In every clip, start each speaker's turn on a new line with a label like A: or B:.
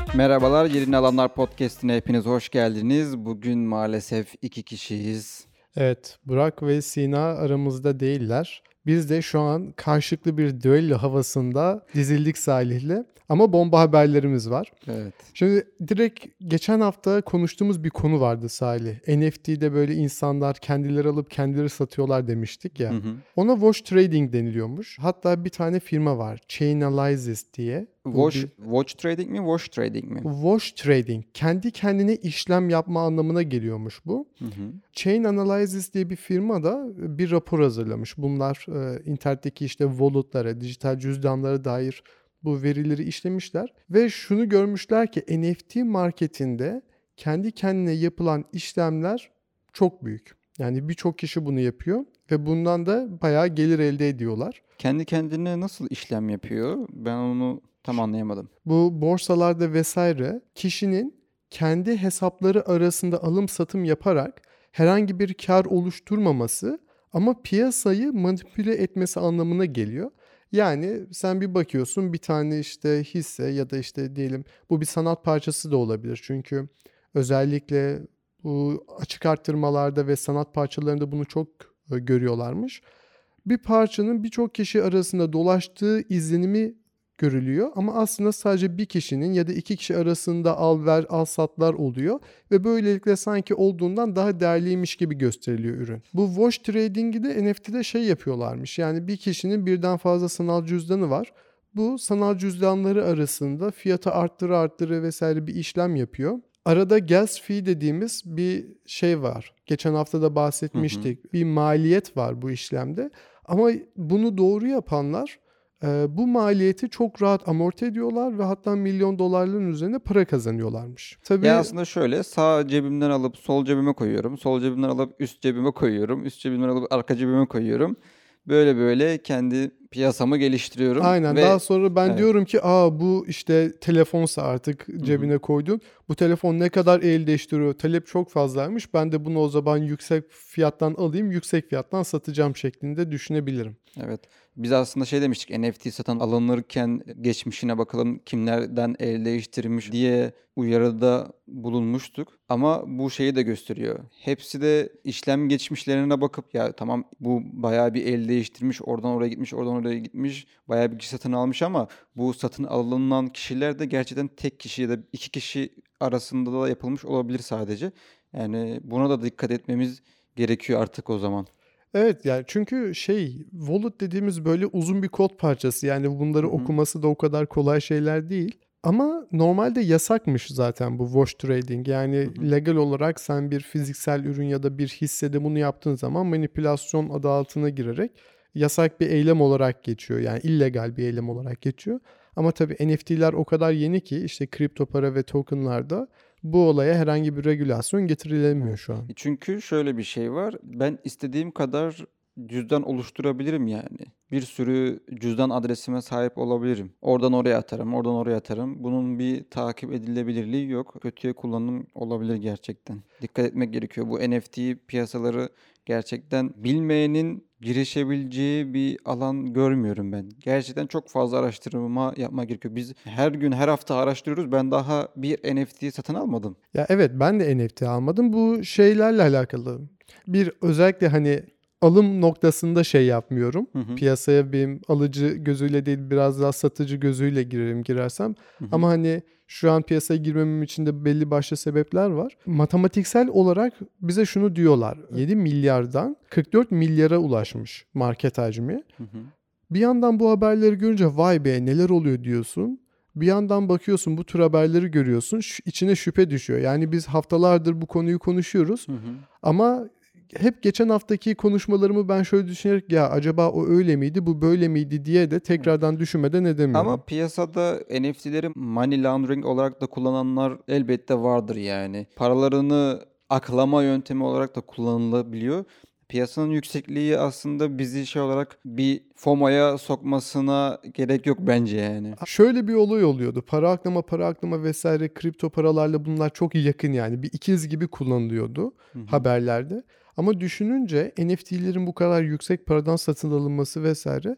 A: Merhabalar, Yerini Alanlar Podcast'ine hepiniz hoş geldiniz. Bugün maalesef 2 kişiyiz.
B: Evet, Burak ve Sina aramızda değiller. Biz de şu an karşılıklı bir düello havasında dizildik Salih'le. Ama bomba haberlerimiz var.
A: Evet.
B: Şimdi direkt geçen hafta konuştuğumuz bir konu vardı Salih. NFT'de böyle insanlar kendileri alıp kendileri satıyorlar demiştik ya.
A: Hı hı.
B: Ona wash trading deniliyormuş. Hatta bir tane firma var, Chainalysis diye.
A: Watch trading mi, wash trading mi?
B: Wash trading, kendi kendine işlem yapma anlamına geliyormuş bu.
A: Hı hı.
B: Chain Analysis diye bir firma da bir rapor hazırlamış. Bunlar internetteki işte wallet'lara, dijital cüzdanlara dair bu verileri işlemişler. Ve şunu görmüşler ki NFT marketinde kendi kendine yapılan işlemler çok büyük. Yani birçok kişi bunu yapıyor ve bundan da bayağı gelir elde ediyorlar.
A: Kendi kendine nasıl işlem yapıyor? Ben onu tam anlayamadım.
B: Bu borsalarda vesaire kişinin kendi hesapları arasında alım satım yaparak herhangi bir kar oluşturmaması ama piyasayı manipüle etmesi anlamına geliyor. Yani sen bir bakıyorsun bir tane işte hisse ya da işte diyelim bu bir sanat parçası da olabilir. Çünkü özellikle bu açık arttırmalarda ve sanat parçalarında bunu çok görüyorlarmış. Bir parçanın birçok kişi arasında dolaştığı izlenimi görülüyor ama aslında sadece bir kişinin ya da iki kişi arasında al ver al satlar oluyor ve böylelikle sanki olduğundan daha değerliymiş gibi gösteriliyor ürün. Bu wash trading'i de NFT'de şey yapıyorlarmış. Yani bir kişinin birden fazla sanal cüzdanı var. Bu sanal cüzdanları arasında fiyatı arttırı vesaire bir işlem yapıyor. Arada gas fee dediğimiz bir şey var. Geçen hafta da bahsetmiştik. Bir maliyet var bu işlemde. Ama bunu doğru yapanlar bu maliyeti çok rahat amorti ediyorlar ve hatta milyon dolarların üzerine para kazanıyorlarmış. Tabii
A: Ya aslında şöyle, sağ cebimden alıp sol cebime koyuyorum. Sol cebimden alıp üst cebime koyuyorum. Üst cebimden alıp arka cebime koyuyorum. Böyle böyle kendi piyasamı geliştiriyorum
B: aynen daha
A: ve
B: sonra ben
A: evet.
B: diyorum ki bu işte telefonsa artık
A: Hı hı.
B: cebine koydun. Bu telefon ne kadar el değiştiriyor? Talep çok fazlaymış. Ben de bunu o zaman yüksek fiyattan alayım, yüksek fiyattan satacağım şeklinde düşünebilirim.
A: Evet. Biz aslında şey demiştik, NFT satın alınırken geçmişine bakalım kimlerden el değiştirmiş diye uyarıda bulunmuştuk. Ama bu şeyi de gösteriyor. Hepsi de işlem geçmişlerine bakıp ya tamam bu bayağı bir el değiştirmiş, oradan oraya gitmiş, oradan oraya gitmiş, bayağı bir kişi satın almış ama bu satın alınan kişiler de gerçekten tek kişi ya da iki kişi arasında da yapılmış olabilir sadece. Yani buna da dikkat etmemiz gerekiyor artık o zaman.
B: Evet yani çünkü wallet dediğimiz böyle uzun bir kod parçası. Yani
A: Hı
B: bunları
A: hı.
B: okuması da o kadar kolay şeyler değil. Ama normalde yasakmış zaten bu wash trading.
A: Hı hı.
B: Yani legal olarak sen bir fiziksel ürün ya da bir hissede bunu yaptığın zaman manipülasyon adı altına girerek yasak bir eylem olarak geçiyor. Yani illegal bir eylem olarak geçiyor. Ama tabii NFT'ler o kadar yeni ki işte kripto para ve tokenlarda bu olaya herhangi bir regülasyon getirilemiyor
A: Evet.
B: şu an.
A: Çünkü şöyle bir şey var. Ben istediğim kadar cüzdan oluşturabilirim yani. Bir sürü cüzdan adresime sahip olabilirim. Oradan oraya atarım, oradan oraya atarım. Bunun bir takip edilebilirliği yok. Kötüye kullanım olabilir gerçekten. Dikkat etmek gerekiyor. Bu NFT piyasaları gerçekten bilmeyenin girişebileceği bir alan görmüyorum ben. Gerçekten çok fazla araştırma yapmak gerekiyor. Biz her gün, her hafta araştırıyoruz. Ben daha bir NFT satın almadım.
B: Ya evet ben de NFT almadım. Bu şeylerle alakalı. Bir özellikle hani alım noktasında şey yapmıyorum.
A: Hı hı.
B: Piyasaya benim alıcı gözüyle değil biraz daha satıcı gözüyle girersem.
A: Hı hı.
B: Ama hani şu an piyasaya girmemem için de belli başlı sebepler var. Matematiksel olarak bize şunu diyorlar. 7 milyardan 44 milyara ulaşmış market hacmi.
A: Hı hı.
B: Bir yandan bu haberleri görünce vay be neler oluyor diyorsun. Bir yandan bakıyorsun bu tür haberleri görüyorsun. İçine şüphe düşüyor. Yani biz haftalardır bu konuyu konuşuyoruz.
A: Hı hı.
B: Ama hep geçen haftaki konuşmalarımı ben şöyle düşünerek ya acaba o öyle miydi bu böyle miydi diye de
A: Evet.
B: tekrardan düşünmeden
A: Ama
B: edemiyorum.
A: piyasada NFT'leri money laundering olarak da kullananlar elbette vardır yani. Paralarını aklama yöntemi olarak da kullanılabiliyor. Piyasanın yüksekliği aslında bizi şey olarak bir FOMO'ya sokmasına gerek yok bence yani.
B: Şöyle bir olay oluyordu. Para aklama vesaire kripto paralarla bunlar çok yakın yani. Bir ikiz gibi kullanılıyordu
A: Hı hı.
B: haberlerde. Ama düşününce NFT'lerin bu kadar yüksek paradan satın alınması vesaire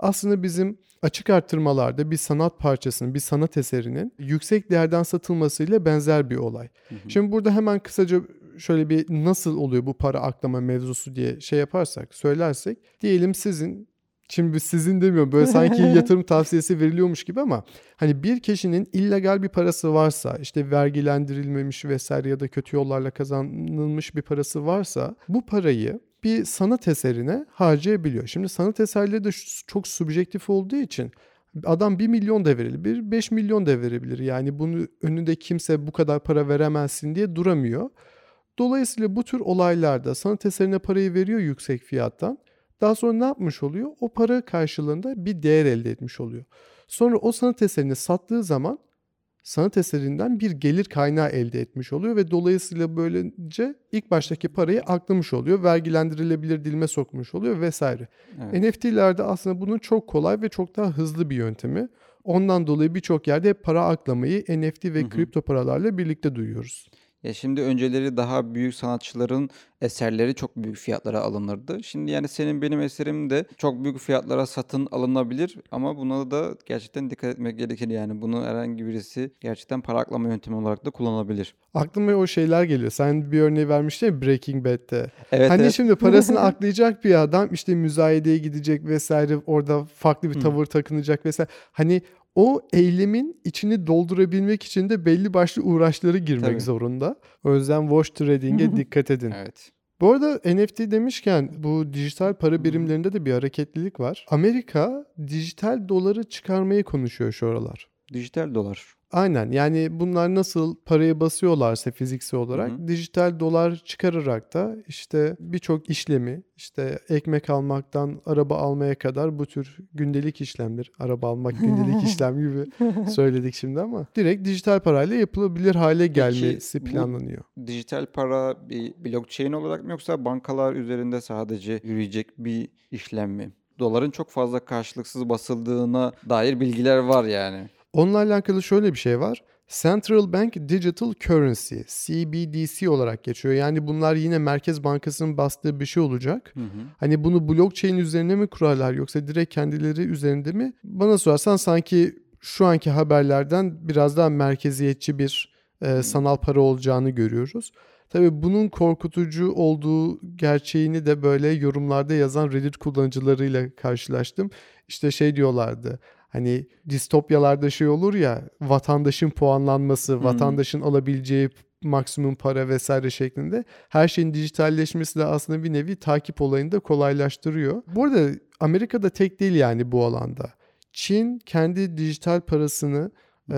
B: aslında bizim açık arttırmalarda bir sanat parçasının, bir sanat eserinin yüksek değerden satılmasıyla benzer bir olay.
A: Hı hı.
B: Şimdi burada hemen kısaca şöyle bir nasıl oluyor bu para aklama mevzusu diye şey yaparsak, söylersek. Diyelim şimdi sizin demiyorum böyle sanki yatırım tavsiyesi veriliyormuş gibi ama hani bir kişinin illegal bir parası varsa, işte vergilendirilmemiş vesaire ya da kötü yollarla kazanılmış bir parası varsa bu parayı bir sanat eserine harcayabiliyor. Şimdi sanat eserleri de çok subjektif olduğu için adam 1 milyon da verebilir, 5 milyon da verebilir. Yani bunun önünde kimse bu kadar para veremezsin diye duramıyor. Dolayısıyla bu tür olaylarda sanat eserine parayı veriyor yüksek fiyattan. Daha sonra ne yapmış oluyor? O para karşılığında bir değer elde etmiş oluyor. Sonra o sanat eserini sattığı zaman sanat eserinden bir gelir kaynağı elde etmiş oluyor ve dolayısıyla böylece ilk baştaki parayı aklamış oluyor. Vergilendirilebilir dilime sokmuş oluyor vesaire.
A: Evet.
B: NFT'lerde aslında bunun çok kolay ve çok daha hızlı bir yöntemi. Ondan dolayı birçok yerde para aklamayı NFT ve kripto paralarla birlikte duyuyoruz.
A: Ya şimdi önceleri daha büyük sanatçıların eserleri çok büyük fiyatlara alınırdı. Şimdi yani senin benim eserim de çok büyük fiyatlara satın alınabilir ama buna da gerçekten dikkat etmek gerekir. Yani bunu herhangi birisi gerçekten para aklama yöntemi olarak da kullanabilir.
B: Aklıma o şeyler geliyor. Sen bir örneği vermiştin ya Breaking Bad'de.
A: Evet,
B: Hani
A: evet.
B: şimdi parasını aklayacak bir adam işte müzayedeye gidecek vesaire, orada farklı bir tavır takınacak vesaire. Hani o eylemin içini doldurabilmek için de belli başlı uğraşları girmek
A: Tabii.
B: zorunda. O yüzden wash trading'e dikkat edin.
A: Evet.
B: Bu arada NFT demişken bu dijital para birimlerinde de bir hareketlilik var. Amerika dijital doları çıkarmayı konuşuyor şu aralar.
A: Dijital dolar.
B: Aynen, yani bunlar nasıl paraya basıyorlarsa fiziksel olarak dijital dolar çıkararak da işte birçok işlemi, işte ekmek almaktan araba almaya kadar bu tür gündelik işlemler, araba almak gündelik işlem gibi söyledik şimdi ama direkt dijital parayla yapılabilir hale gelmesi
A: bu
B: planlanıyor.
A: dijital para bir blockchain olarak mı yoksa bankalar üzerinde sadece yürüyecek bir işlem mi? Doların çok fazla karşılıksız basıldığına dair bilgiler var yani.
B: Onunla alakalı şöyle bir şey var. Central Bank Digital Currency, CBDC olarak geçiyor. Yani bunlar yine Merkez Bankası'nın bastığı bir şey olacak. Hani bunu blockchain üzerine mi kurarlar yoksa direkt kendileri üzerinde mi? Bana sorarsan sanki şu anki haberlerden biraz daha merkeziyetçi bir sanal para olacağını görüyoruz. Tabii bunun korkutucu olduğu gerçeğini de böyle yorumlarda yazan Reddit kullanıcılarıyla karşılaştım. İşte şey diyorlardı. Hani distopyalarda şey olur ya, vatandaşın puanlanması, vatandaşın alabileceği maksimum para vesaire şeklinde. Her şeyin dijitalleşmesi de aslında bir nevi takip olayını da kolaylaştırıyor. Bu arada Amerika'da tek değil yani bu alanda. Çin kendi dijital parasını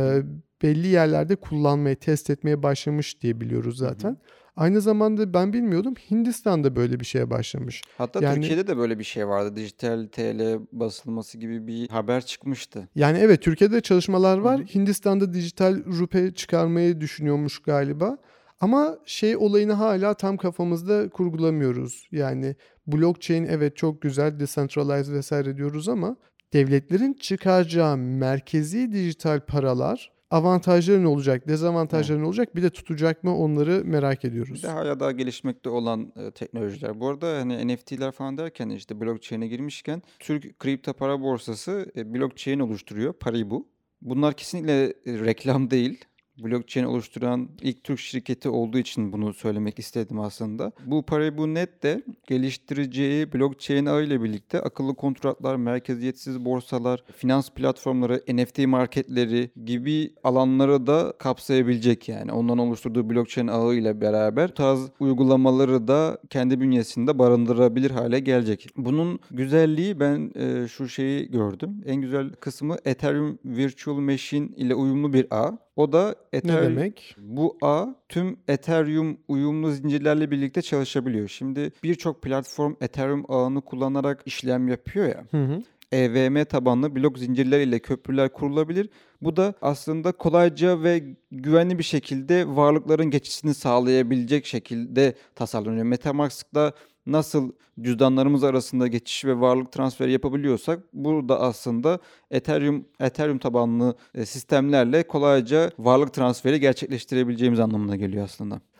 B: belli yerlerde kullanmaya, test etmeye başlamış diye biliyoruz zaten. Aynı zamanda ben bilmiyordum, Hindistan'da böyle bir şeye başlamış.
A: Hatta
B: Yani
A: Türkiye'de de böyle bir şey vardı. Dijital TL basılması gibi bir haber çıkmıştı.
B: Yani evet, Türkiye'de çalışmalar var. Hindistan'da dijital rupe çıkarmayı düşünüyormuş galiba. Ama şey olayını hala tam kafamızda kurgulamıyoruz. Yani blockchain evet çok güzel, decentralized vesaire diyoruz ama devletlerin çıkaracağı merkezi dijital paralar avantajları ne olacak, dezavantajları ne olacak, bir de tutacak mı, onları merak
A: Bir
B: ediyoruz.
A: de hala daha gelişmekte olan teknolojiler. Bu arada hani NFT'ler falan derken işte blockchain'e girmişken Türk kripto para borsası blockchain oluşturuyor. Paribu. Bunlar kesinlikle reklam değil. Blockchain oluşturan ilk Türk şirketi olduğu için bunu söylemek istedim aslında. Bu Paribu.net de geliştireceği blockchain ağı ile birlikte akıllı kontratlar, merkeziyetsiz borsalar, finans platformları, NFT marketleri gibi alanları da kapsayabilecek yani. Onların oluşturduğu blockchain ağı ile beraber bu tarz uygulamaları da kendi bünyesinde barındırabilir hale gelecek. Bunun güzelliği, ben şu şeyi gördüm. En güzel kısmı Ethereum Virtual Machine ile uyumlu bir ağ. O da
B: Ne demek?
A: bu ağ tüm Ethereum uyumlu zincirlerle birlikte çalışabiliyor. Şimdi birçok platform Ethereum ağını kullanarak işlem yapıyor ya.
B: Hı hı.
A: EVM tabanlı blok zincirler ile köprüler kurulabilir. Bu da aslında kolayca ve güvenli bir şekilde varlıkların geçişini sağlayabilecek şekilde tasarlanıyor. MetaMask'ta nasıl cüzdanlarımız arasında geçiş ve varlık transferi yapabiliyorsak burada aslında Ethereum tabanlı sistemlerle kolayca varlık transferi gerçekleştirebileceğimiz anlamına geliyor aslında.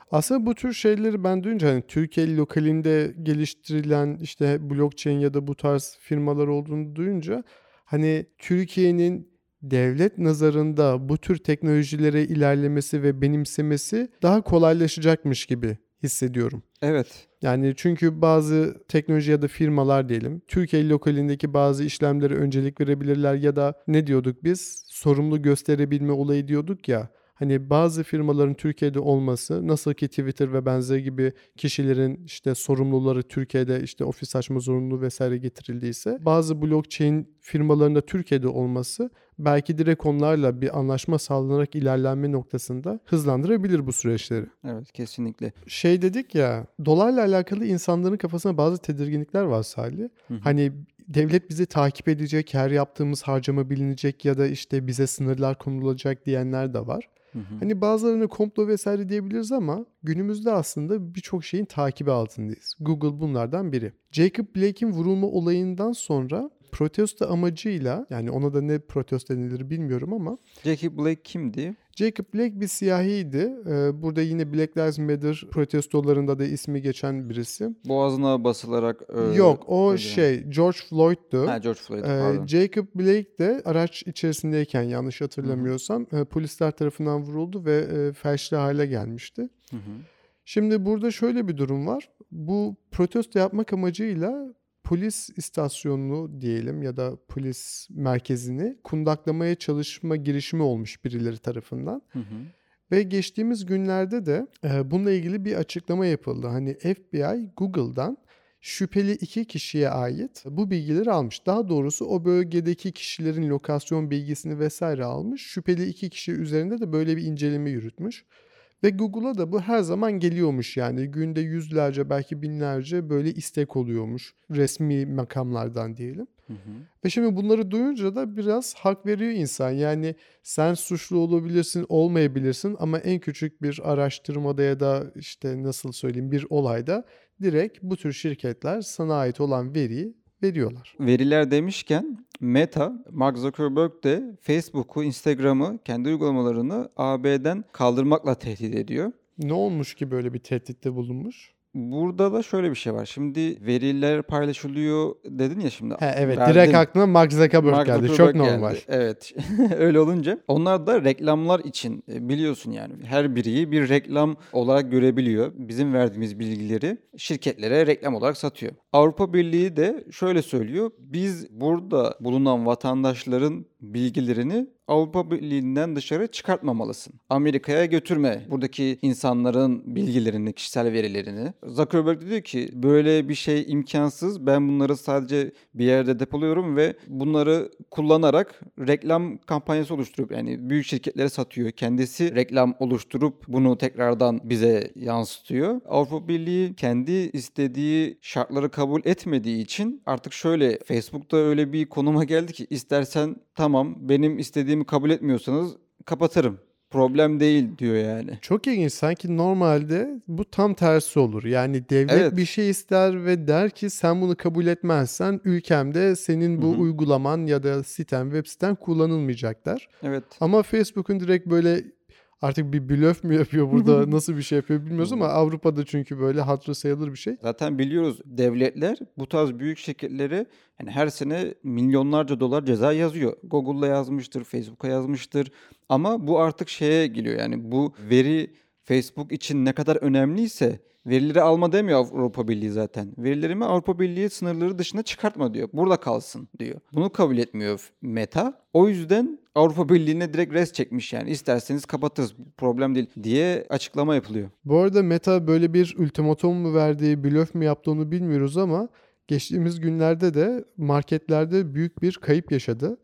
B: Aslında bu tür şeyleri ben duyunca hani Türkiye lokalinde geliştirilen işte blockchain ya da bu tarz firmalar olduğunu duyunca hani Türkiye'nin devlet nazarında bu tür teknolojilere ilerlemesi ve benimsemesi daha kolaylaşacakmış gibi hissediyorum.
A: Evet.
B: Yani çünkü bazı teknoloji ya da firmalar diyelim Türkiye lokalindeki bazı işlemlere öncelik verebilirler ya da ne diyorduk biz? Sorumlu gösterebilme olayı diyorduk ya. Hani bazı firmaların Türkiye'de olması nasıl ki Twitter ve benzeri gibi kişilerin işte sorumluları Türkiye'de işte ofis açma zorunluluğu vesaire getirildiyse bazı blockchain firmalarında Türkiye'de olması belki direkt onlarla bir anlaşma sağlanarak ilerlenme noktasında hızlandırabilir bu süreçleri.
A: Evet, kesinlikle.
B: Şey dedik ya, dolarla alakalı insanların kafasına bazı tedirginlikler var Salih.
A: Hı hı.
B: Hani devlet bizi takip edecek, her yaptığımız harcama bilinecek ya da işte bize sınırlar konulacak diyenler de var.
A: Hı hı.
B: Hani bazılarına komplo vesaire diyebiliriz ama günümüzde aslında birçok şeyin takibi altındayız. Google bunlardan biri. Jacob Blake'in vurulma olayından sonra protesto amacıyla, yani ona da ne protesto denilir bilmiyorum ama
A: Jackie Blake kimdi?
B: Jacob Blake bir siyahiydi. Burada yine Black Lives Matter protestolarında da ismi geçen birisi.
A: Boğazına basılarak
B: Yok, o
A: öldüren.
B: George Floyd'du.
A: Ha, George Floyd, pardon.
B: Jacob Blake de araç içerisindeyken yanlış
A: Hı hı.
B: hatırlamıyorsam polisler tarafından vuruldu ve felçli hale gelmişti.
A: Hı hı.
B: Şimdi burada şöyle bir durum var. Bu protesto yapmak amacıyla polis istasyonunu diyelim ya da polis merkezini kundaklamaya çalışma girişimi olmuş birileri tarafından.
A: Hı hı.
B: Ve geçtiğimiz günlerde de bununla ilgili bir açıklama yapıldı. Hani FBI Google'dan şüpheli 2 kişiye ait bu bilgileri almış. Daha doğrusu o bölgedeki kişilerin lokasyon bilgisini vesaire almış. Şüpheli 2 kişi üzerinde de böyle bir inceleme yürütmüş. Ve Google'a da bu her zaman geliyormuş yani günde yüzlerce belki binlerce böyle istek oluyormuş resmi makamlardan diyelim.
A: Hı hı.
B: Ve şimdi bunları duyunca da biraz hak veriyor insan. Yani sen suçlu olabilirsin, olmayabilirsin ama en küçük bir araştırmada ya da işte nasıl söyleyeyim bir olayda direkt bu tür şirketler sana ait olan veriyi veriyorlar.
A: Veriler demişken Meta, Mark Zuckerberg de Facebook'u, Instagram'ı, kendi uygulamalarını AB'den kaldırmakla tehdit ediyor.
B: Ne olmuş ki böyle bir tehditte bulunmuş?
A: Burada da şöyle bir şey var. Şimdi veriler paylaşılıyor dedin ya şimdi.
B: He evet direkt
A: Verdin.
B: aklıma Mark Zuckerberg
A: Mark
B: geldi. Çok
A: Zuckerberg
B: normal.
A: geldi. Evet. Öyle olunca onlar da reklamlar için biliyorsun yani her biriyi bir reklam olarak görebiliyor. Bizim verdiğimiz bilgileri şirketlere reklam olarak satıyor. Avrupa Birliği de şöyle söylüyor. Biz burada bulunan vatandaşların bilgilerini Avrupa Birliği'nden dışarı çıkartmamalısın. Amerika'ya götürme buradaki insanların bilgilerini, kişisel verilerini. Zuckerberg de diyor ki böyle bir şey imkansız. Ben bunları sadece bir yerde depoluyorum ve bunları kullanarak reklam kampanyası oluşturup yani büyük şirketlere satıyor. Kendisi reklam oluşturup bunu tekrardan bize yansıtıyor. Avrupa Birliği kendi istediği şartları kabul etmediği için artık şöyle Facebook'ta öyle bir konuma geldi ki istersen tamam benim istediğimi kabul etmiyorsanız kapatırım. Problem değil diyor yani.
B: Çok ilginç. Sanki normalde bu tam tersi olur. Yani devlet
A: Evet.
B: bir şey ister ve der ki sen bunu kabul etmezsen ülkemde senin bu
A: Hı hı.
B: uygulaman ya da siten, web siten kullanılmayacak der.
A: Evet.
B: Ama Facebook'un direkt böyle artık bir blöf mü yapıyor burada nasıl bir şey yapıyor bilmiyoruz ama Avrupa'da çünkü böyle hatırı sayılır bir şey.
A: Zaten biliyoruz devletler bu tarz büyük şirketlere yani her sene milyonlarca dolar ceza yazıyor. Google'la yazmıştır, Facebook'a yazmıştır. Ama bu artık şeye geliyor yani bu veri Facebook için ne kadar önemliyse verileri alma demiyor Avrupa Birliği zaten. Verilerimi Avrupa Birliği sınırları dışına çıkartma diyor. Burada kalsın diyor. Bunu kabul etmiyor Meta. O yüzden Avrupa Birliği'ne direkt res çekmiş yani. İsterseniz kapatırız problem değil diye açıklama yapılıyor.
B: Bu arada Meta böyle bir ultimatum mu verdi, blöf mü yaptı onu bilmiyoruz ama geçtiğimiz günlerde de marketlerde büyük bir kayıp yaşadı.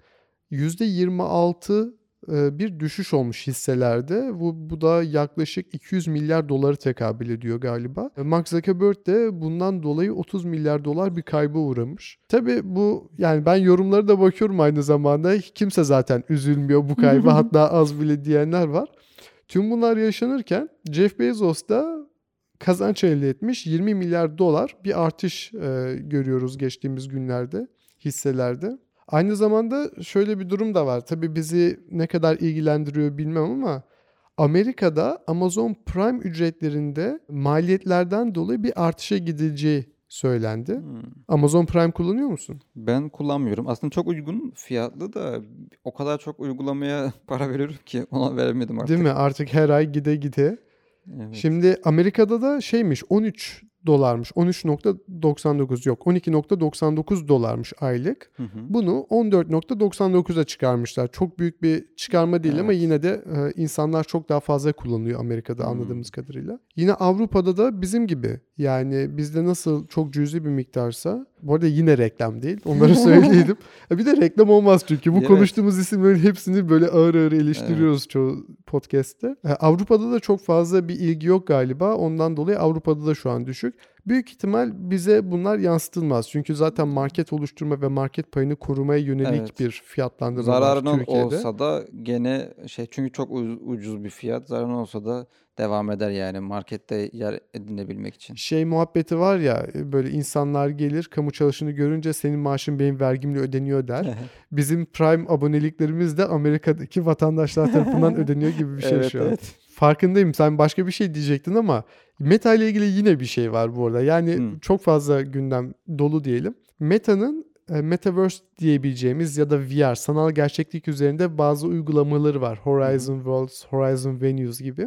B: %26 bir düşüş olmuş hisselerde. Bu da yaklaşık 200 milyar doları tekabül ediyor galiba. Mark Zuckerberg de bundan dolayı 30 milyar dolar bir kayba uğramış. Tabii bu yani ben yorumlara da bakıyorum aynı zamanda. Kimse zaten üzülmüyor bu kayba hatta az bile diyenler var. Tüm bunlar yaşanırken Jeff Bezos da kazanç elde etmiş 20 milyar dolar bir artış görüyoruz geçtiğimiz günlerde hisselerde. Aynı zamanda şöyle bir durum da var. Tabii bizi ne kadar ilgilendiriyor bilmem ama Amerika'da Amazon Prime ücretlerinde maliyetlerden dolayı bir artışa gidileceği söylendi.
A: Hmm.
B: Amazon Prime kullanıyor musun?
A: Ben kullanmıyorum. Aslında çok uygun fiyatlı da o kadar çok uygulamaya para veriyorum ki ona veremedim
B: Değil
A: artık.
B: mi? Artık her ay gide gide.
A: Evet.
B: Şimdi Amerika'da da şeymiş 13 dolarmış. 13.99 yok 12.99 dolarmış aylık.
A: Hı hı.
B: Bunu 14.99'a çıkarmışlar. Çok büyük bir çıkarma değil ama
A: Evet.
B: yine de insanlar çok daha fazla kullanıyor Amerika'da
A: Hmm.
B: anladığımız kadarıyla. Yine Avrupa'da da bizim gibi. Yani bizde nasıl çok cüzi bir miktarsa. Bu arada yine reklam değil. Onları söyleyelim. Bir de reklam olmaz çünkü. Bu
A: Evet.
B: konuştuğumuz isimlerin hepsini böyle ağır ağır eleştiriyoruz çoğu podcast'te. Avrupa'da da çok fazla bir ilgi yok galiba. Ondan dolayı Avrupa'da da şu an düşük. Büyük ihtimal bize bunlar yansıtılmaz. Çünkü zaten market oluşturma ve market payını korumaya yönelik
A: Evet.
B: bir fiyatlandırma var
A: Zararının
B: Türkiye'de.
A: olsa da gene çünkü çok ucuz bir fiyat. Zararın olsa da devam eder yani markette yer edinebilmek için.
B: Şey muhabbeti var ya böyle insanlar gelir kamu çalışanı görünce senin maaşın benim vergimle ödeniyor der. Bizim Prime aboneliklerimiz de Amerika'daki vatandaşlar tarafından ödeniyor gibi bir şey
A: Evet,
B: şu an.
A: evet.
B: Farkındayım sen başka bir şey diyecektin ama Meta ile ilgili yine bir şey var bu arada. Yani çok fazla gündem dolu diyelim. Meta'nın Metaverse diyebileceğimiz ya da VR sanal gerçeklik üzerinde bazı uygulamaları var. Horizon Worlds, Horizon Venues gibi.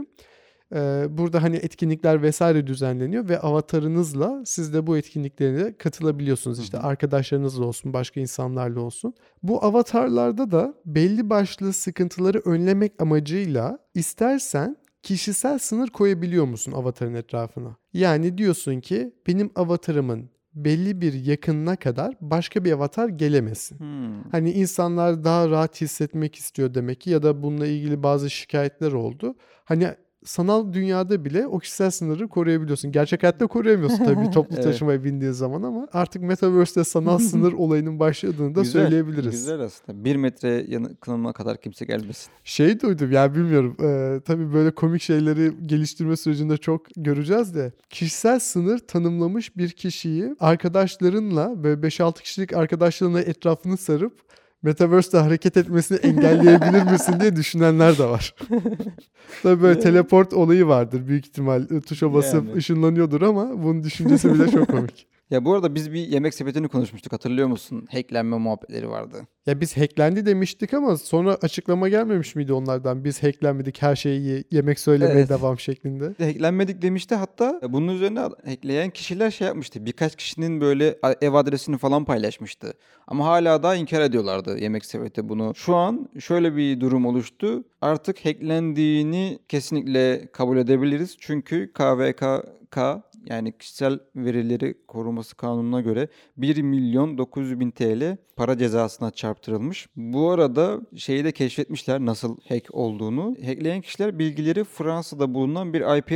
B: Burada hani etkinlikler vesaire düzenleniyor ve avatarınızla siz de bu etkinliklere katılabiliyorsunuz. İşte arkadaşlarınızla olsun, başka insanlarla olsun. Bu avatarlarda da belli başlı sıkıntıları önlemek amacıyla istersen kişisel sınır koyabiliyor musun avatarın etrafına? Yani diyorsun ki benim avatarımın belli bir yakınına kadar başka bir avatar gelemesin. Hani insanlar daha rahat hissetmek istiyor demek ki ya da bununla ilgili bazı şikayetler oldu. Hani sanal dünyada bile o kişisel sınırı koruyabiliyorsun. Gerçek hayatta koruyamıyorsun tabii toplu
A: Evet.
B: taşımaya bindiğin zaman ama artık Metaverse'de sanal sınır olayının başladığını da söyleyebiliriz.
A: Güzel aslında. 1 metre yakınıma kadar kimse gelmesin.
B: Şey duydum ya bilmiyorum. Tabii böyle komik şeyleri geliştirme sürecinde çok göreceğiz de. Kişisel sınır tanımlamış bir kişiyi arkadaşlarınla böyle 5-6 kişilik arkadaşlarınla etrafını sarıp Metaverse'de hareket etmesini engelleyebilir misin diye düşünenler de var. Tabii böyle teleport olayı vardır büyük ihtimal. Tuşa basıp
A: Yani.
B: ışınlanıyordur ama bunun düşüncesi bile çok komik.
A: Ya bu arada biz bir yemek sepetini konuşmuştuk, hatırlıyor musun? Hacklenme muhabbetleri vardı.
B: Ya biz hacklendi demiştik ama sonra açıklama gelmemiş miydi onlardan? Biz hacklenmedik, her şeyi yemek söylemeye
A: Evet.
B: devam şeklinde.
A: Hacklenmedik demişti, hatta bunun üzerine hackleyen kişiler şey yapmıştı. Birkaç kişinin böyle ev adresini falan paylaşmıştı. Ama hala daha inkar ediyorlardı yemek sepeti bunu. Şu an şöyle bir durum oluştu. Artık hacklendiğini kesinlikle kabul edebiliriz. Çünkü KVKK, yani Kişisel Verileri Koruması Kanunu'na göre 1.900.000 TL para cezasına çarptırılmış. Bu arada şeyi de keşfetmişler nasıl hack olduğunu. Hackleyen kişiler bilgileri Fransa'da bulunan bir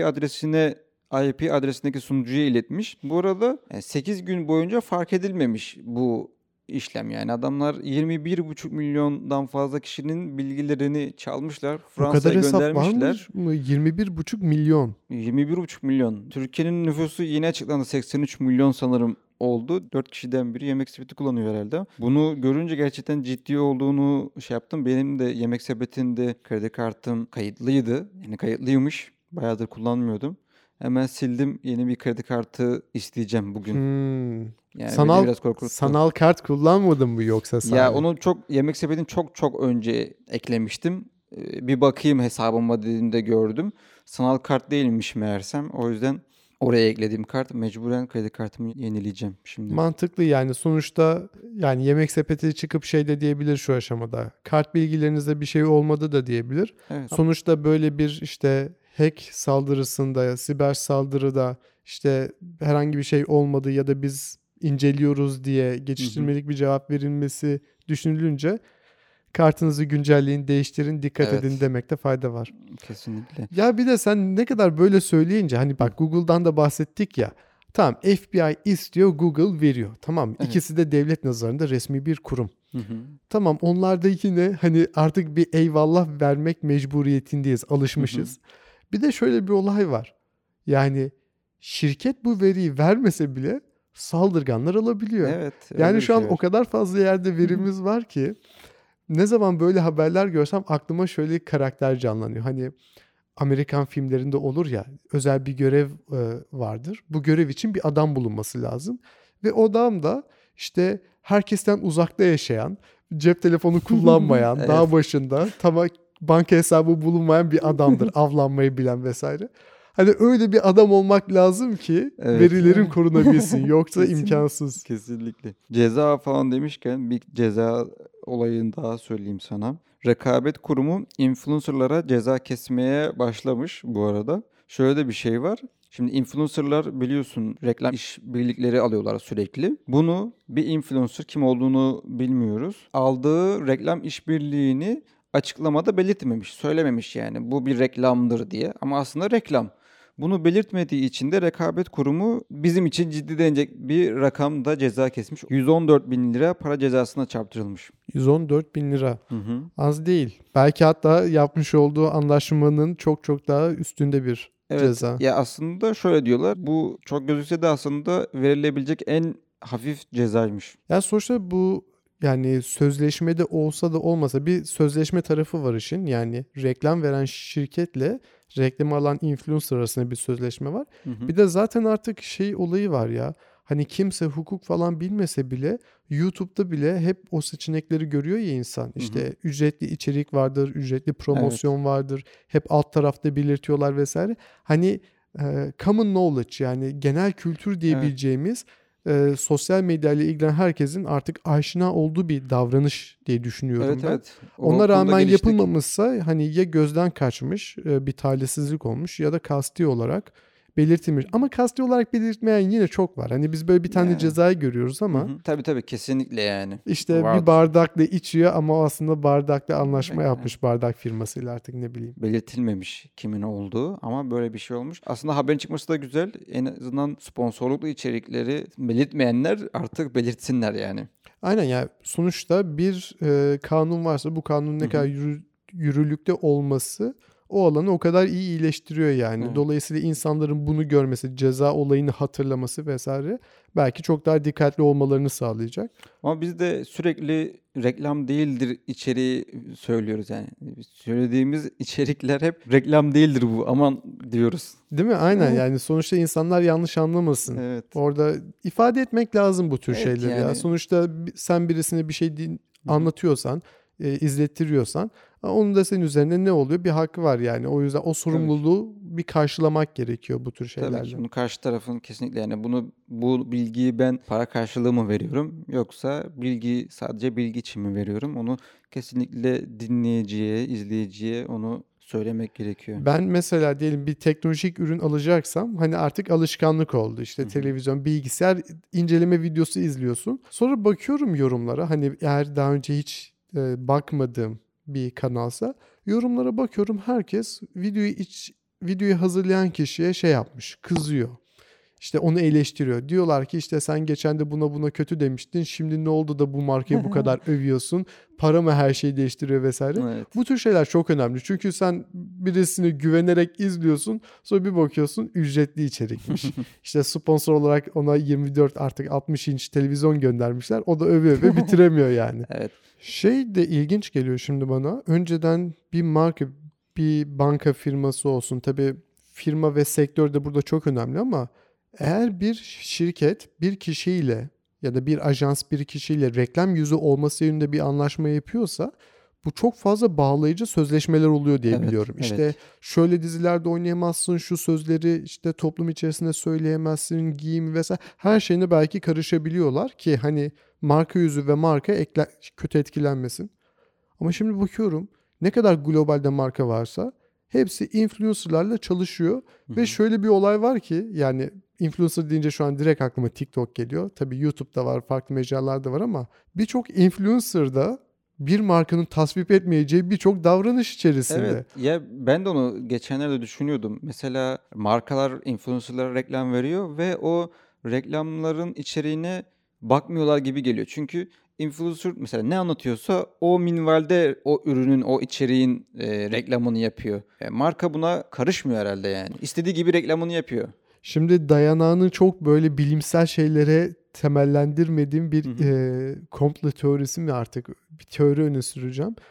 A: IP adresindeki sunucuya iletmiş. Bu arada 8 gün boyunca fark edilmemiş bu işlem, yani adamlar 21,5 milyondan fazla kişinin bilgilerini çalmışlar.
B: O kadar
A: Fransa'ya
B: hesap var
A: göndermişler.
B: mı? 21,5 milyon.
A: 21,5 milyon. Türkiye'nin nüfusu yeni açıklandı, 83 milyon sanırım oldu. 4 kişiden biri yemek sepeti kullanıyor herhalde. Bunu görünce gerçekten ciddi olduğunu şey yaptım. Benim de yemek sepetinde kredi kartım kayıtlıydı. Yani kayıtlıymış. Bayağıdır kullanmıyordum. Hemen sildim. Yeni bir kredi kartı isteyeceğim bugün. Yani beni biraz korkuttu.
B: Sanal kart kullanmadın mı yoksa sen?
A: Ya onu yemek sepetini çok önce eklemiştim. Bir bakayım hesabıma dediğimde gördüm. Sanal kart değilmiş meğersem. O yüzden oraya eklediğim kart, mecburen kredi kartımı yenileyeceğim şimdi.
B: Mantıklı yani sonuçta yani yemek sepeti çıkıp şey de diyebilir şu aşamada. Kart bilgilerinizde bir şey olmadı da diyebilir.
A: Evet.
B: Sonuçta böyle bir işte hack saldırısında, siber saldırıda işte herhangi bir şey olmadı ya da biz inceliyoruz diye geçiştirmelik bir cevap verilmesi düşünülünce kartınızı güncelleyin, değiştirin, dikkat
A: Evet.
B: edin demekte fayda var.
A: Kesinlikle.
B: Ya bir de sen ne kadar böyle söyleyince hani bak Google'dan da bahsettik ya. Tamam, FBI istiyor, Google veriyor. Tamam,
A: Evet.
B: ikisi de devlet nazarında resmi bir kurum.
A: Hı hı.
B: Tamam, onlar da yine hani artık bir eyvallah vermek mecburiyetindeyiz, alışmışız. Bir de şöyle bir olay var. Yani şirket bu veriyi vermese bile saldırganlar alabiliyor.
A: Evet. öyle
B: Yani
A: bir
B: şu an
A: şey
B: o
A: var.
B: kadar fazla yerde verimiz var ki ne zaman böyle haberler görsem aklıma şöyle bir karakter canlanıyor. Hani Amerikan filmlerinde olur ya, özel bir görev vardır. Bu görev için bir adam bulunması lazım. Ve o adam da işte herkesten uzakta yaşayan, cep telefonu kullanmayan,
A: Evet.
B: dağ başında, banka hesabı bulunmayan bir adamdır. Avlanmayı bilen vesaire. Hani öyle bir adam olmak lazım ki
A: Evet.
B: verilerin korunabilsin. Yoksa imkansız.
A: Kesinlikle. Ceza falan demişken bir ceza olayını daha söyleyeyim sana. Rekabet Kurumu influencerlara ceza kesmeye başlamış bu arada. Şöyle de bir şey var. Şimdi influencerlar biliyorsun reklam işbirlikleri alıyorlar sürekli. Bunu bir influencer kim olduğunu bilmiyoruz. Aldığı reklam işbirliğini açıklamada belirtmemiş, söylememiş yani bu bir reklamdır diye. Ama aslında reklam. Bunu belirtmediği için de Rekabet Kurumu bizim için ciddi denecek bir rakamda ceza kesmiş. 114 bin lira para cezasına çarptırılmış.
B: 114 bin lira.
A: Hı hı.
B: Az değil. Belki hatta yapmış olduğu anlaşmanın çok çok daha üstünde bir
A: Evet
B: ceza.
A: ya aslında şöyle diyorlar. Bu çok gözükse de aslında verilebilecek en hafif cezaymış.
B: Yani sonuçta bu, yani sözleşmede olsa da olmasa bir sözleşme tarafı var işin. Yani reklam veren şirketle reklamı alan influencer arasında bir sözleşme var.
A: Hı hı.
B: Bir de zaten artık şey olayı var ya. Hani kimse hukuk falan bilmese bile YouTube'da bile hep o seçenekleri görüyor ya insan. İşte ücretli içerik vardır, ücretli promosyon vardır. Hep alt tarafta belirtiyorlar vesaire. Hani common knowledge, yani genel kültür diyebileceğimiz sosyal medya ile ilgilenen herkesin artık aşina olduğu bir davranış diye düşünüyorum
A: Evet
B: ben.
A: evet. O
B: Ona
A: konuda
B: rağmen
A: geliştik.
B: yapılmamışsa hani ya gözden kaçmış, bir talihsizlik olmuş ya da kasti olarak belirtilmiş. Ama kasti olarak belirtmeyen yine çok var. Hani biz böyle bir tane
A: Yani.
B: cezayı görüyoruz
A: Hı
B: ama
A: hı. Tabii kesinlikle yani.
B: işte bir
A: Vardır.
B: bardakla içiyor ama o aslında bardakla anlaşma
A: Evet.
B: yapmış, bardak firmasıyla, artık ne bileyim.
A: Belirtilmemiş kimin olduğu ama böyle bir şey olmuş. Aslında haberin çıkması da güzel. En azından sponsorluklu içerikleri belirtmeyenler artık belirtsinler yani.
B: Aynen, yani sonuçta bir kanun varsa bu kanunun
A: Hı
B: ne kadar
A: hı.
B: yürürlükte olması o alanı o kadar iyi iyileştiriyor yani.
A: Evet.
B: Dolayısıyla insanların bunu görmesi, ceza olayını hatırlaması vesaire belki çok daha dikkatli olmalarını sağlayacak.
A: Ama biz de sürekli reklam değildir içeriği söylüyoruz yani. Söylediğimiz içerikler hep reklam değildir bu aman diyoruz.
B: Değil mi? Aynen, yani sonuçta insanlar yanlış anlamasın.
A: Evet.
B: Orada ifade etmek lazım bu tür
A: Evet
B: şeyleri ya.
A: yani.
B: Sonuçta sen birisine bir şey
A: Hı hı.
B: anlatıyorsan, izlettiriyorsan, onun da senin üzerine ne oluyor? Bir hakkı var yani. O yüzden o sorumluluğu bir karşılamak gerekiyor bu tür
A: Tabii ki
B: şeylerle.
A: bunu karşı tarafın kesinlikle yani bu bilgiyi ben para karşılığı mı veriyorum yoksa sadece bilgi için mi veriyorum? Onu kesinlikle dinleyiciye, izleyiciye onu söylemek gerekiyor.
B: Ben mesela diyelim bir teknolojik ürün alacaksam hani artık alışkanlık oldu. İşte
A: Hı hı.
B: televizyon, bilgisayar inceleme videosu izliyorsun. Sonra bakıyorum yorumlara, hani eğer daha önce hiç bakmadığım bir kanalsa yorumlara bakıyorum, herkes videoyu hazırlayan kişiye şey yapmış, kızıyor. İşte onu eleştiriyor. Diyorlar ki işte sen geçen de buna kötü demiştin. Şimdi ne oldu da bu markayı bu kadar övüyorsun? Para mı her şeyi değiştiriyor vesaire.
A: Evet.
B: Bu tür şeyler çok önemli. Çünkü sen birisini güvenerek izliyorsun. Sonra bir bakıyorsun ücretli içerikmiş. İşte sponsor olarak ona 24 artık 60 inç televizyon göndermişler. O da öve bitiremiyor yani.
A: Evet.
B: Şey de ilginç geliyor şimdi bana. Önceden bir marka, bir banka firması olsun. Tabii firma ve sektör de burada çok önemli ama eğer bir şirket bir kişiyle ya da bir ajans bir kişiyle reklam yüzü olması yönünde bir anlaşma yapıyorsa bu çok fazla bağlayıcı sözleşmeler oluyor diye
A: Evet,
B: biliyorum. İşte
A: evet.
B: şöyle dizilerde oynayamazsın, şu sözleri işte toplum içerisinde söyleyemezsin, giyim vesaire, her şeyine belki karışabiliyorlar ki hani marka yüzü ve marka kötü etkilenmesin. Ama şimdi bakıyorum ne kadar globalde marka varsa hepsi influencerlarla çalışıyor.
A: Hı
B: Ve
A: hı.
B: şöyle bir olay var ki, yani influencer deyince şu an direkt aklıma TikTok geliyor. Tabii YouTube'da var, farklı mecralarda var ama birçok influencer'da bir markanın tasvip etmeyeceği birçok davranış içerisinde.
A: Evet. Ya ben de onu geçenlerde düşünüyordum. Mesela markalar influencerlara reklam veriyor ve o reklamların içeriğine bakmıyorlar gibi geliyor. Çünkü influencer mesela ne anlatıyorsa o minvalde o ürünün, o içeriğin reklamını yapıyor. Marka buna karışmıyor herhalde yani. İstediği gibi reklamını yapıyor.
B: Şimdi dayanağını çok böyle bilimsel şeylere temellendirmediğim bir
A: Hı hı.
B: komplo teorisi mi, artık bir teori öne süreceğim.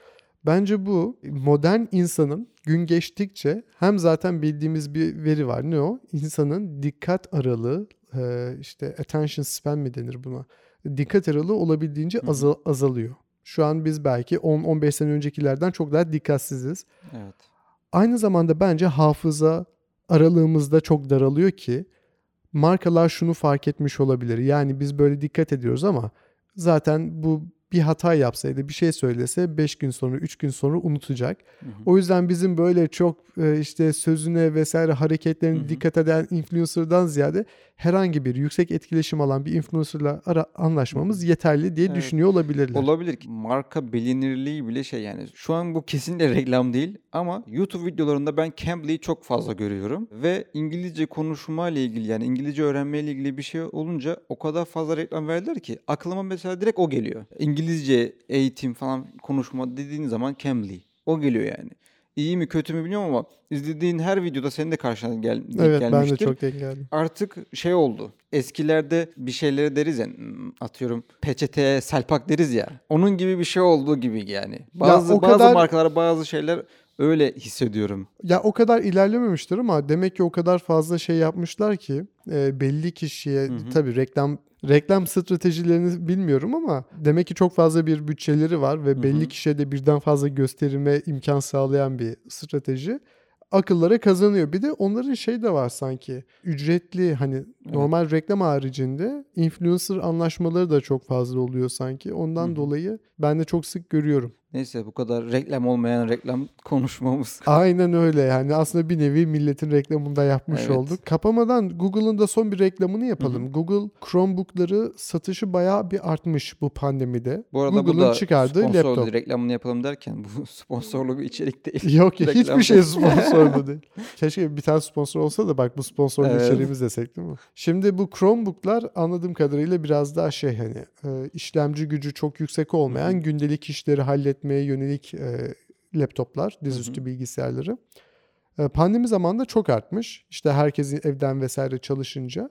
B: Bence bu modern insanın gün geçtikçe hem zaten bildiğimiz bir veri var. Ne o? İnsanın dikkat aralığı, işte attention span mi denir buna? Dikkat aralığı olabildiğince azalıyor. Şu an biz belki 10-15 sene öncekilerden çok daha dikkatsiziz.
A: Evet.
B: Aynı zamanda bence hafıza aralığımız da çok daralıyor ki markalar şunu fark etmiş olabilir. Yani biz böyle dikkat ediyoruz ama zaten bu bir hata yapsaydı, bir şey söylese 5 gün sonra, 3 gün sonra unutacak. O yüzden bizim böyle çok işte sözüne vesaire hareketlerine dikkat eden influencer'dan ziyade herhangi bir yüksek etkileşim alan bir influencer'la anlaşmamız yeterli diye düşünüyor olabilirler.
A: Olabilir ki marka bilinirliği bile yani şu an bu kesinlikle reklam değil ama YouTube videolarında ben Cambly'i çok fazla görüyorum ve İngilizce konuşma ile ilgili yani İngilizce öğrenme ile ilgili bir şey olunca o kadar fazla reklam verdiler ki aklıma mesela direkt o geliyor. İngilizce eğitim falan konuşma dediğin zaman Cambly. O geliyor yani. İyi mi kötü mü bilmiyorum ama izlediğin her videoda senin de karşına gelmiştir.
B: Evet, ben de çok denk geldim.
A: Artık şey oldu. Eskilerde bir şeyleri deriz ya, atıyorum peçeteye selpak deriz ya. Onun gibi bir şey olduğu gibi yani. Bazı markalar, bazı şeyler öyle hissediyorum.
B: Ya o kadar ilerlememiştir ama demek ki o kadar fazla şey yapmışlar ki belli kişiye tabii reklam stratejilerini bilmiyorum ama demek ki çok fazla bir bütçeleri var ve belli kişiye de birden fazla gösterime imkan sağlayan bir strateji. Akıllara kazanıyor. Bir de onların şey de var sanki. Ücretli hani normal reklam haricinde influencer anlaşmaları da çok fazla oluyor sanki. Ondan dolayı ben de çok sık görüyorum.
A: Neyse bu kadar reklam olmayan reklam konuşmamız.
B: Aynen öyle yani aslında bir nevi milletin reklamını da yapmış olduk. Kapamadan Google'ın da son bir reklamını yapalım. Google Chromebook'ları satışı bayağı bir artmış bu pandemide.
A: Bu arada
B: Google'ın
A: bu da
B: çıkardığı
A: sponsorlu
B: laptop.
A: reklamını yapalım derken bu sponsorlu bir içerik değil.
B: Yok ya hiçbir
A: Reklam
B: şey
A: değil.
B: sponsorlu değil. Keşke bir tane sponsor olsa da bak bu sponsorlu
A: Evet.
B: içeriğimiz desek değil mi? Şimdi bu Chromebook'lar anladığım kadarıyla biraz daha şey hani işlemci gücü çok yüksek olmayan gündelik işleri halletmeye yönelik laptoplar, dizüstü bilgisayarları. Pandemi zamanında çok artmış. İşte herkesin evden vesaire çalışınca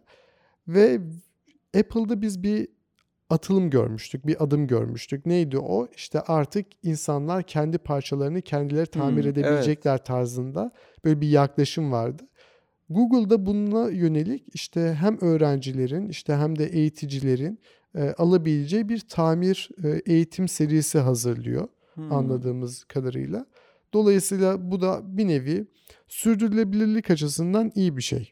B: ve Apple'da biz bir atılım görmüştük, bir adım görmüştük. Neydi o? İşte artık insanlar kendi parçalarını kendileri tamir edebilecekler tarzında böyle bir yaklaşım vardı. Google'da bununla yönelik işte hem öğrencilerin işte hem de eğiticilerin alabileceği bir tamir eğitim serisi hazırlıyor anladığımız kadarıyla. Dolayısıyla bu da bir nevi sürdürülebilirlik açısından iyi bir şey.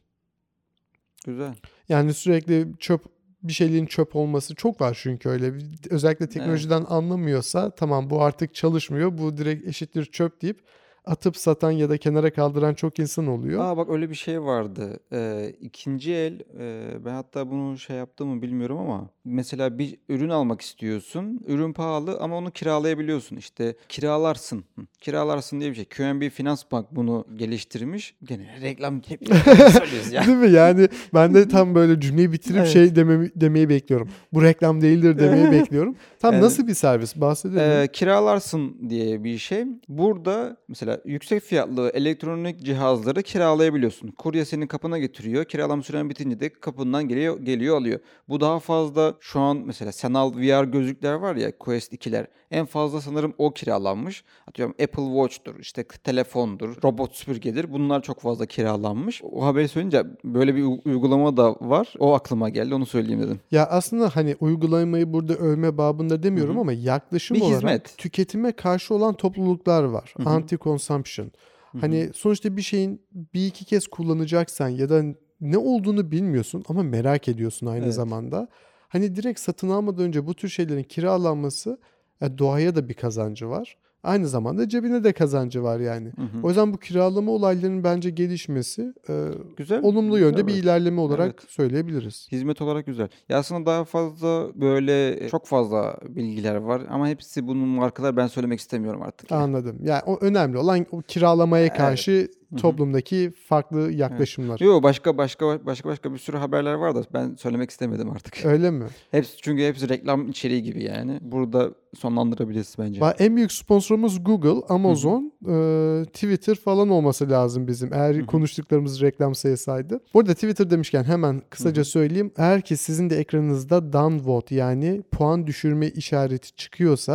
A: Güzel.
B: Yani sürekli bir şeylerin çöp olması çok var çünkü öyle. Özellikle teknolojiden anlamıyorsa tamam bu artık çalışmıyor. Bu direkt eşittir çöp deyip atıp satan ya da kenara kaldıran çok insan oluyor.
A: Bak öyle bir şey vardı. İkinci el ben hatta bunu şey yaptığımı bilmiyorum ama mesela bir ürün almak istiyorsun. Ürün pahalı ama onu kiralayabiliyorsun. İşte kiralarsın. Kiralarsın diye bir şey. QNB Finans Bank bunu geliştirmiş. Gene reklam hep söylüyoruz ya.
B: Değil mi? Yani ben de tam böyle cümleyi bitirip şey demeyi bekliyorum. Bu reklam değildir demeyi bekliyorum. Tam nasıl bir servis? Bahsedelim.
A: Kiralarsın diye bir şey. Burada mesela yüksek fiyatlı elektronik cihazları kiralayabiliyorsun. Kurye senin kapına getiriyor. Kiralama süren bitince de kapından geliyor alıyor. Bu daha fazla şu an mesela sanal VR gözlükler var ya Quest 2'ler. En fazla sanırım o kiralanmış. Atıyorum Apple Watch'tur, işte telefondur, robot süpürgedir. Bunlar çok fazla kiralanmış. O haberi söyleyince böyle bir uygulama da var. O aklıma geldi. Onu söyleyeyim dedim.
B: Ya aslında hani uygulamayı burada övme babında demiyorum ama yaklaşım
A: Bir
B: olarak
A: hizmet.
B: tüketime karşı olan topluluklar var. Anti-consumption. Hani sonuçta bir şeyin bir iki kez kullanacaksan ya da ne olduğunu bilmiyorsun ama merak ediyorsun aynı zamanda. Hani direkt satın almadan önce bu tür şeylerin kiralanması doğaya da bir kazancı var. Aynı zamanda cebine de kazancı var yani. O yüzden bu kiralama olaylarının bence gelişmesi
A: Güzel.
B: olumlu
A: güzel
B: yönde bir ilerleme olarak söyleyebiliriz.
A: Hizmet olarak güzel. Ya aslında daha fazla böyle çok fazla bilgiler var ama hepsi bunun markalar ben söylemek istemiyorum artık. ya.
B: Anladım. Yani o önemli olan o kiralamaya karşı toplumdaki farklı yaklaşımlar.
A: Yok başka bir sürü haberler var da ben söylemek istemedim artık.
B: Öyle mi?
A: Çünkü hepsi reklam içeriği gibi yani. Burada sonlandırabiliriz bence.
B: En büyük sponsorumuz Google, Amazon, Twitter falan olması lazım bizim. Eğer konuştuklarımız reklam sayısaydı. Bu arada Twitter demişken hemen kısaca söyleyeyim. Eğer ki sizin de ekranınızda downvote yani puan düşürme işareti çıkıyorsa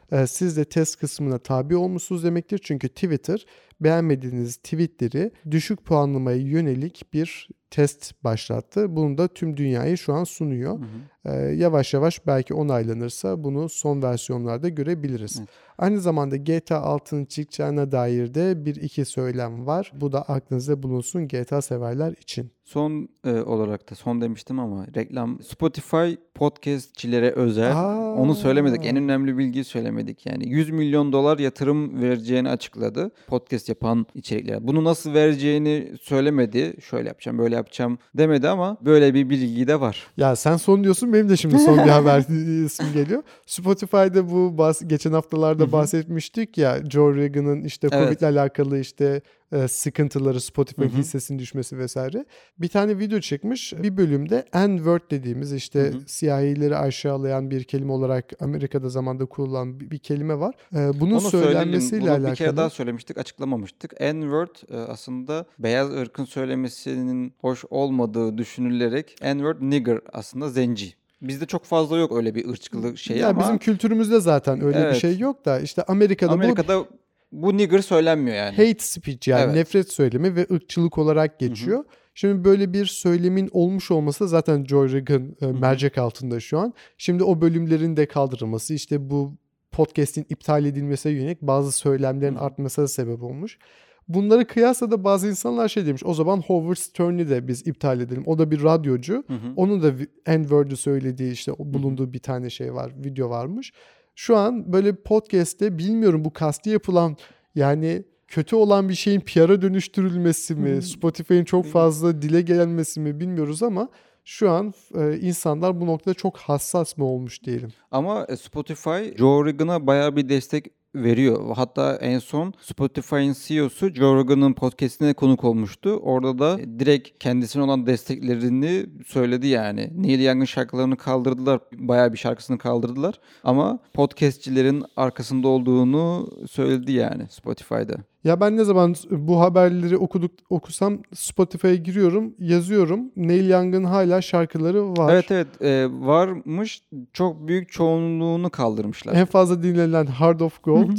B: Siz de test kısmına tabi olmuşsunuz demektir. Çünkü Twitter beğenmediğiniz tweetleri düşük puanlamaya yönelik bir test başlattı. Bunu da tüm dünyaya şu an sunuyor. Yavaş yavaş belki onaylanırsa bunu son versiyonlarda görebiliriz.
A: Evet.
B: Aynı zamanda GTA 6'nın çıkacağına dair de 1-2 söylem var. Bu da aklınızda bulunsun GTA severler için.
A: Son olarak da son demiştim ama reklam Spotify podcastçilere özel. Onu söylemedik. En önemli bilgiyi söylemedik. Yani 100 milyon dolar yatırım vereceğini açıkladı. Podcast yapan içeriklere. Bunu nasıl vereceğini söylemedi. Şöyle yapacağım, böyle yapacağım demedi ama böyle bir bilgi de var.
B: Ya sen son diyorsun, benim de şimdi son bir haber isim geliyor. Spotify'da bu geçen haftalarda bahsetmiştik ya, Joe Rogan'ın işte
A: Evet.
B: Covid'le alakalı işte sıkıntıları, Spotify hissesinin düşmesi vesaire. Bir tane video çekmiş. Bir bölümde N-word dediğimiz işte siyahileri aşağılayan bir kelime olarak Amerika'da zamanda kullanılan bir kelime var. Bunun
A: Onu
B: söylenmesiyle
A: söyleyelim. Bunu
B: alakalı.
A: bir kere daha söylemiştik, açıklamamıştık. N-word aslında beyaz ırkın söylemesinin hoş olmadığı düşünülerek N-word nigger aslında zenci. Bizde çok fazla yok öyle bir ırkçılık şeyi
B: Ya
A: ama
B: bizim kültürümüzde zaten öyle bir
A: evet,
B: şey yok da işte Amerika'da
A: bu nigger söylenmiyor yani.
B: hate speech, yani
A: Evet.
B: nefret söylemi ve ırkçılık olarak geçiyor. Şimdi böyle bir söylemin olmuş olması da zaten Joe Rogan mercek altında şu an. Şimdi o bölümlerin de kaldırılması, işte bu podcast'in iptal edilmesine yönelik bazı söylemlerin artmasına sebep olmuş. Bunları kıyasla da bazı insanlar şey demiş. O zaman Howard Stern'i de biz iptal edelim. O da bir radyocu. Onun da N-word'ü söylediği işte bulunduğu bir tane şey var. Video varmış. Şu an böyle podcast'te bilmiyorum bu kasti yapılan, yani kötü olan bir şeyin PR'a dönüştürülmesi mi, Spotify'ın çok fazla dile gelmesi mi bilmiyoruz ama şu an insanlar bu noktada çok hassas mı olmuş diyelim.
A: Ama Spotify Joe Rogan'a bayağı bir destek veriyor. Hatta en son Spotify'ın CEO'su Joe Rogan'ın podcast'ine konuk olmuştu. Orada da direkt kendisine olan desteklerini söyledi yani. Neil Young'ın şarkılarını kaldırdılar. Bayağı bir şarkısını kaldırdılar. Ama podcastçilerin arkasında olduğunu söyledi yani Spotify'da.
B: Ya ben ne zaman bu haberleri okusam Spotify'a giriyorum, yazıyorum. Neil Young'ın hala şarkıları var.
A: Evet, varmış. Çok büyük çoğunluğunu kaldırmışlar.
B: En fazla dinlenen Heart of Gold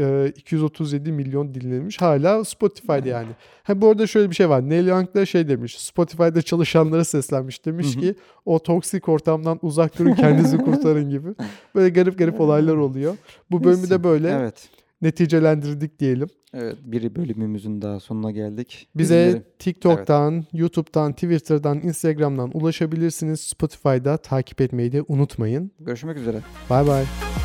B: 237 milyon dinlenmiş. Hala Spotify'da yani. Bu arada şöyle bir şey var. Neil Young da şey demiş. Spotify'da çalışanlara seslenmiş. Demiş ki o toksik ortamdan uzak durun, kendinizi kurtarın gibi. Böyle garip garip olaylar oluyor. Bu bölümü de böyle
A: Evet.
B: neticelendirdik diyelim.
A: Evet, bir bölümümüzün daha sonuna geldik.
B: Bize TikTok'tan, YouTube'dan, Twitter'dan, Instagram'dan ulaşabilirsiniz. Spotify'da takip etmeyi de unutmayın.
A: Görüşmek üzere.
B: Bay bay.